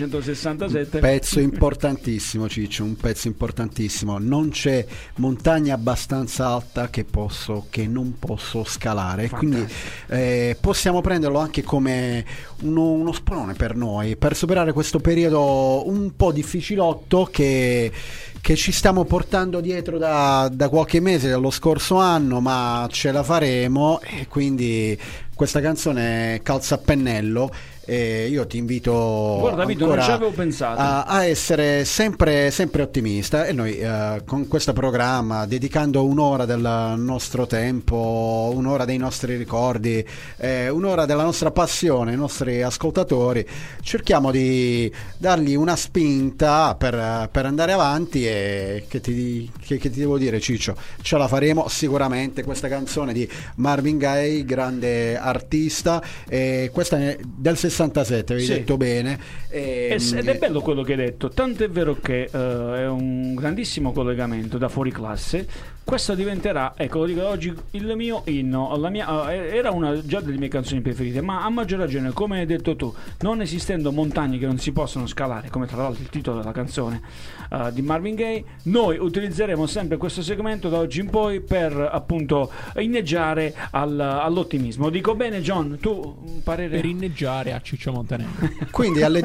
Speaker 3: 1967.
Speaker 4: Pezzo importantissimo, Ciccio, un pezzo importantissimo. Non c'è montagna abbastanza alta che non posso scalare. Quindi possiamo prenderlo anche come uno sprone per noi, per superare questo periodo un po' difficilotto che ci stiamo portando dietro da qualche mese, dallo scorso anno, ma ce la faremo. E quindi questa canzone calza a pennello. E io ti invito
Speaker 3: Guarda, Vito, non ci avevo pensato.
Speaker 4: a essere sempre ottimista, e noi con questo programma, dedicando un'ora del nostro tempo, un'ora dei nostri ricordi, un'ora della nostra passione ai nostri ascoltatori, cerchiamo di dargli una spinta per andare avanti. E che ti devo dire, Ciccio, ce la faremo sicuramente. Questa canzone di Marvin Gaye, grande artista, questa è del 67, avevi
Speaker 3: Sì.
Speaker 4: detto bene.
Speaker 3: Ed è bello quello che hai detto, tanto è vero che è un grandissimo collegamento da fuori classe. Questo diventerà, ecco, lo dico oggi, il mio inno, era una già delle mie canzoni preferite, ma a maggior ragione, come hai detto tu, non esistendo montagne che non si possono scalare, come tra l'altro il titolo della canzone di Marvin Gaye, noi utilizzeremo sempre questo segmento da oggi in poi per appunto inneggiare all'ottimismo. Dico bene, John? Tu un parere?
Speaker 5: Per inneggiare a Ciccio Montenegro.
Speaker 4: Quindi alle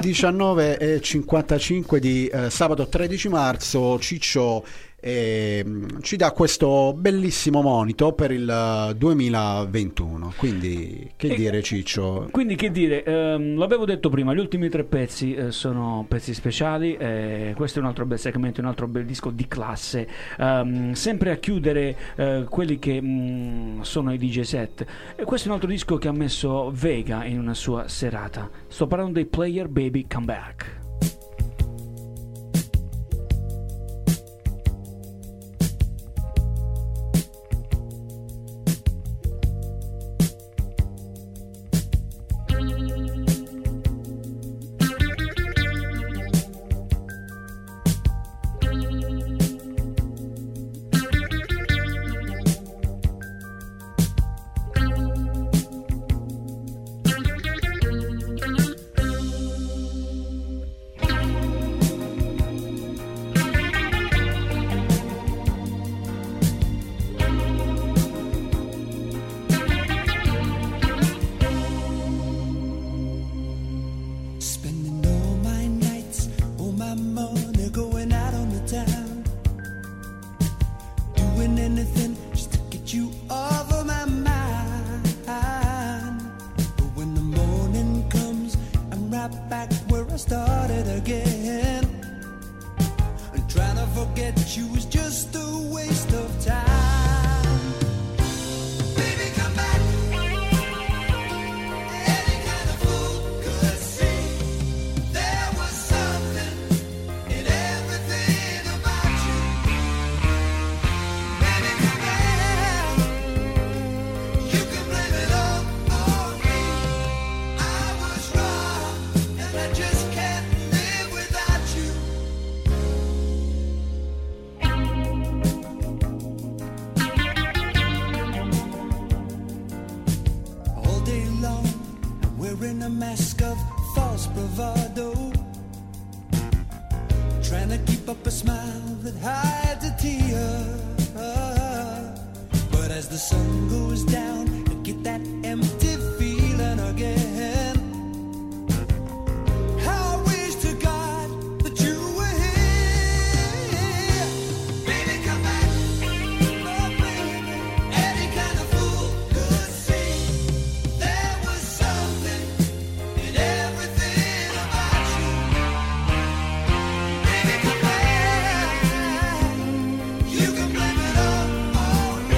Speaker 4: 19:55 di sabato 13 marzo Ciccio ci dà questo bellissimo monito per il 2021. Quindi che dire, Ciccio?
Speaker 3: Quindi che dire, l'avevo detto prima, gli ultimi 3 pezzi sono pezzi speciali, questo è un altro bel segmento, un altro bel disco di classe, sempre a chiudere quelli che sono i DJ set. E questo è un altro disco che ha messo Vega in una sua serata. Sto parlando dei Player Baby Come Back.
Speaker 8: Spending all my nights, all my money going out on the town, doing anything just to get you off of my mind. But when the morning comes, I'm right back where I started again. And trying to forget you is just a waste of time. Baby, come back. Any kind of fool could see there was something in everything about you. Baby, come back. You can blame it all on me. I was wrong, and I just can't live without you. All day long, I'm wearing a mask of false bravado, trying to keep up a smile that hides a tear. But as the sun goes down, I get that empty feeling again. I wish to God that you were here. Baby, come back. Oh, baby. Any kind of fool could see there was something in everything about you. Baby, come back. You can blame it all on me.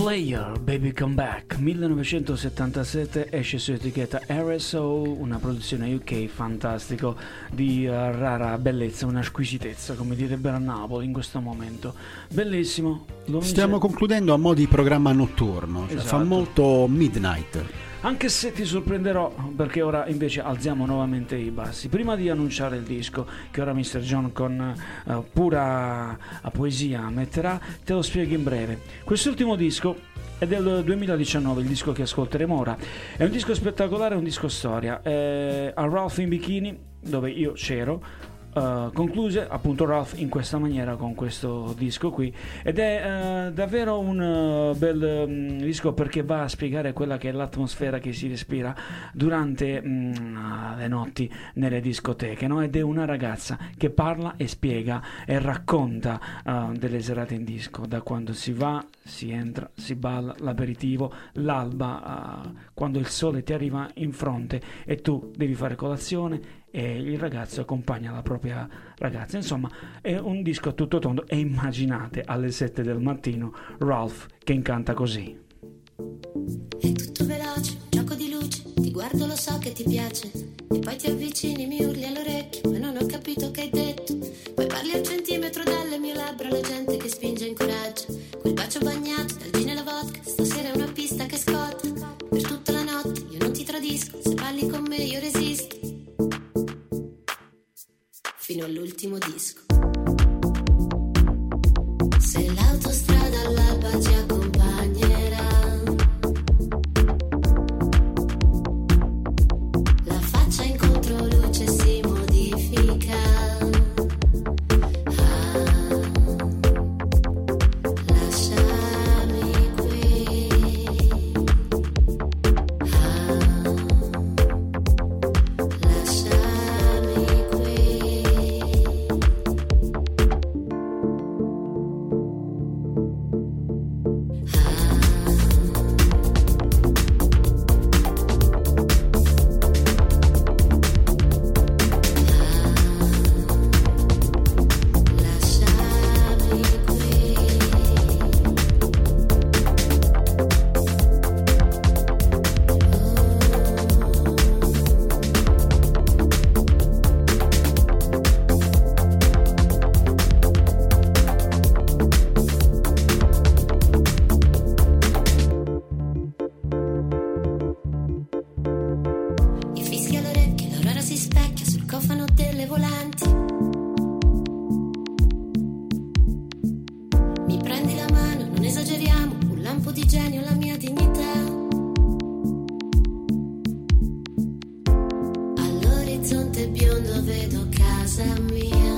Speaker 3: Slayer, Baby Come Back, 1977, esce su etichetta RSO, una produzione UK fantastico di rara bellezza, una squisitezza, come direbbero a Napoli in questo momento. Bellissimo.
Speaker 4: Stiamo concludendo a mo' di programma notturno, cioè
Speaker 3: Esatto.
Speaker 4: fa molto midnight.
Speaker 3: Anche se ti sorprenderò, perché ora invece alziamo nuovamente i bassi. Prima di annunciare il disco che ora Mr. John con pura poesia metterà, te lo spiego in breve. Quest'ultimo disco è del 2019, il disco che ascolteremo ora. È un disco spettacolare, è un disco storia. A Ralph in Bikini, dove io c'ero, concluse appunto Ralph in questa maniera con questo disco qui, ed è davvero un bel disco, perché va a spiegare quella che è l'atmosfera che si respira durante le notti nelle discoteche, no? Ed è una ragazza che parla e spiega e racconta delle serate in disco, da quando si va, si entra, si balla, l'aperitivo, l'alba, quando il sole ti arriva in fronte e tu devi fare colazione e il ragazzo accompagna la propria ragazza. Insomma, è un disco a tutto tondo, e immaginate alle 7 del mattino Ralph che incanta così.
Speaker 9: È tutto veloce, un gioco di luce, ti guardo, lo so che ti piace, e poi ti avvicini, mi urli all'orecchio, ma non ho capito che hai detto. Poi parli al centimetro dalle mie labbra, la gente che spinge e incoraggia, quel bacio bagnato dal gin e la vodka, stasera è una pista che scotta, per tutta la notte io non ti tradisco, se balli con me io resisto, fino all'ultimo disco. Se l'autostrada all'alba ci accompagnerà, la faccia in controluce si modifica. Lasciami qui. Lasciami qui. Lasciami qui. I fischi all'orecchio, l'aurora si specchia sul cofano delle volanti. Mi prendi la mano, non esageriamo, un lampo di genio, la mia dignità. All'orizzonte biondo vedo casa mia.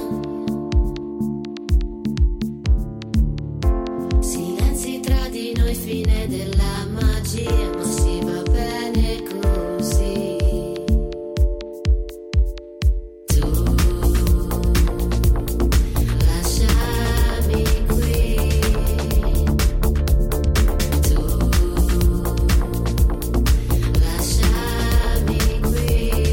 Speaker 9: Silenzi tra di noi, fine della magia, ma si va bene così. Tu lasciami qui. Tu lasciami qui.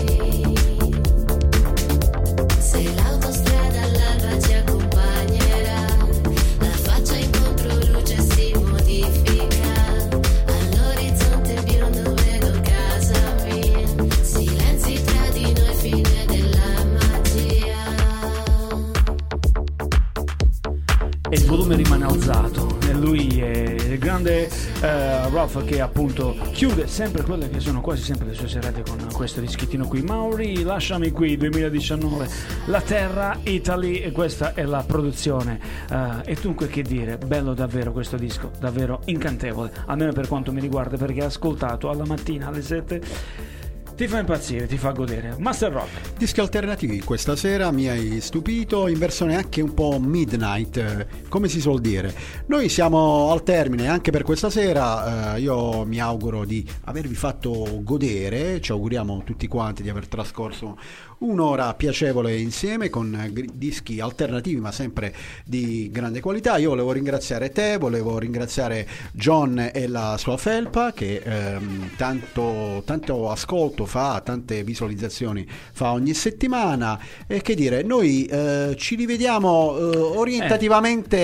Speaker 9: Se l'autostrada all'alba ci accompagnerà, la faccia in controluce si modifica. All'orizzonte biondo vedo casa mia. Silenzi tra di noi, fine della magia.
Speaker 3: E il volume rimane alzato, e lui è il grande Ralph, che appunto chiude sempre quelle che sono quasi sempre le sue serate con questo dischettino qui. Mauri, lasciami qui, 2019, La Terra Italy, e questa è la produzione. E dunque, che dire, bello davvero questo disco, davvero incantevole, almeno per quanto mi riguarda, perché ascoltato alla mattina alle 7 ti fa impazzire, ti fa godere. Master Rock.
Speaker 4: Dischi alternativi questa sera, mi hai stupito, in versione anche un po' midnight, come si suol dire. Noi siamo al termine anche per questa sera, io mi auguro di avervi fatto godere, ci auguriamo tutti quanti di aver trascorso un'ora piacevole insieme con dischi alternativi ma sempre di grande qualità. Io volevo ringraziare te, volevo ringraziare John e la sua felpa che tanto ascolto fa, tante visualizzazioni fa ogni settimana, e che dire, noi ci rivediamo orientativamente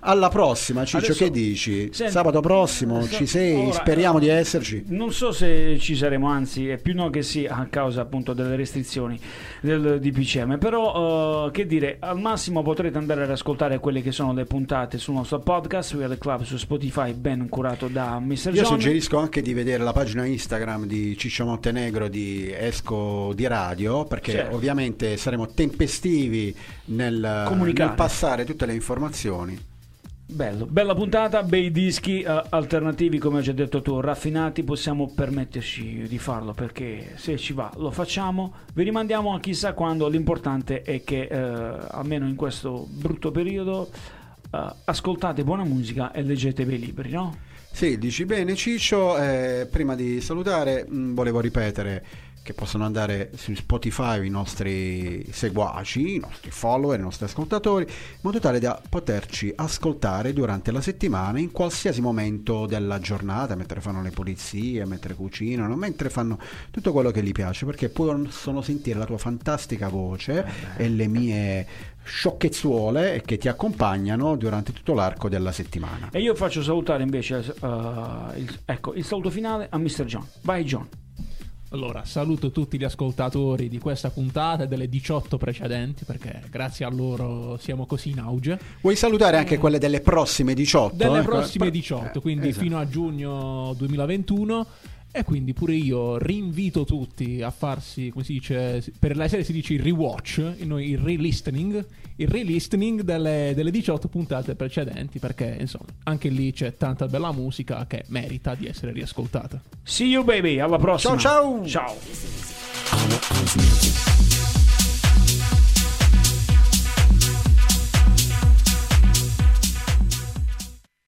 Speaker 4: alla prossima, Ciccio.
Speaker 3: Adesso-
Speaker 4: Che dici?
Speaker 3: Senti,
Speaker 4: Sabato prossimo ci sei?
Speaker 3: ora,
Speaker 4: Speriamo di esserci.
Speaker 3: Non so se ci saremo, anzi è più no che sì, a causa appunto delle restrizioni del DPCM, però che dire, al massimo potrete andare ad ascoltare quelle che sono le puntate sul nostro podcast We Are The Club su Spotify, ben curato da Mr.
Speaker 4: Io
Speaker 3: John.
Speaker 4: suggerisco anche di vedere la pagina Instagram di Ciccio Montenegro di Esco di Radio, perché
Speaker 3: Certo.
Speaker 4: ovviamente saremo tempestivi nel
Speaker 3: Comunicare.
Speaker 4: passare tutte le informazioni.
Speaker 3: Bello, bella puntata, bei dischi alternativi, come hai già detto tu, raffinati, possiamo permetterci di farlo perché se ci va lo facciamo, vi rimandiamo a chissà quando, l'importante è che almeno in questo brutto periodo ascoltate buona musica e leggete bei libri, no?
Speaker 4: Sì, dici bene Ciccio. Prima di salutare volevo ripetere che possono andare su Spotify i nostri seguaci, i nostri follower, i nostri ascoltatori, in modo tale da poterci ascoltare durante la settimana in qualsiasi momento della giornata, mentre fanno le pulizie, mentre cucinano, mentre fanno tutto quello che gli piace, perché possono sentire la tua fantastica voce e le mie sciocchezzuole che ti accompagnano durante tutto l'arco della settimana.
Speaker 3: E io faccio salutare invece il saluto finale a Mr. John. Vai John.
Speaker 5: Allora, saluto tutti gli ascoltatori di questa puntata e delle 18 precedenti, perché grazie a loro siamo così in auge.
Speaker 4: Vuoi salutare anche quelle delle prossime 18?
Speaker 5: Delle prossime 18, quindi
Speaker 4: esatto.
Speaker 5: fino a giugno 2021. E quindi pure io rinvito tutti a farsi, come si dice, per la serie si dice il rewatch, noi il re-listening delle 18 puntate precedenti, perché insomma anche lì c'è tanta bella musica che merita di essere riascoltata.
Speaker 3: See you baby, alla prossima.
Speaker 4: Ciao ciao.
Speaker 3: Ciao.
Speaker 1: Our house music.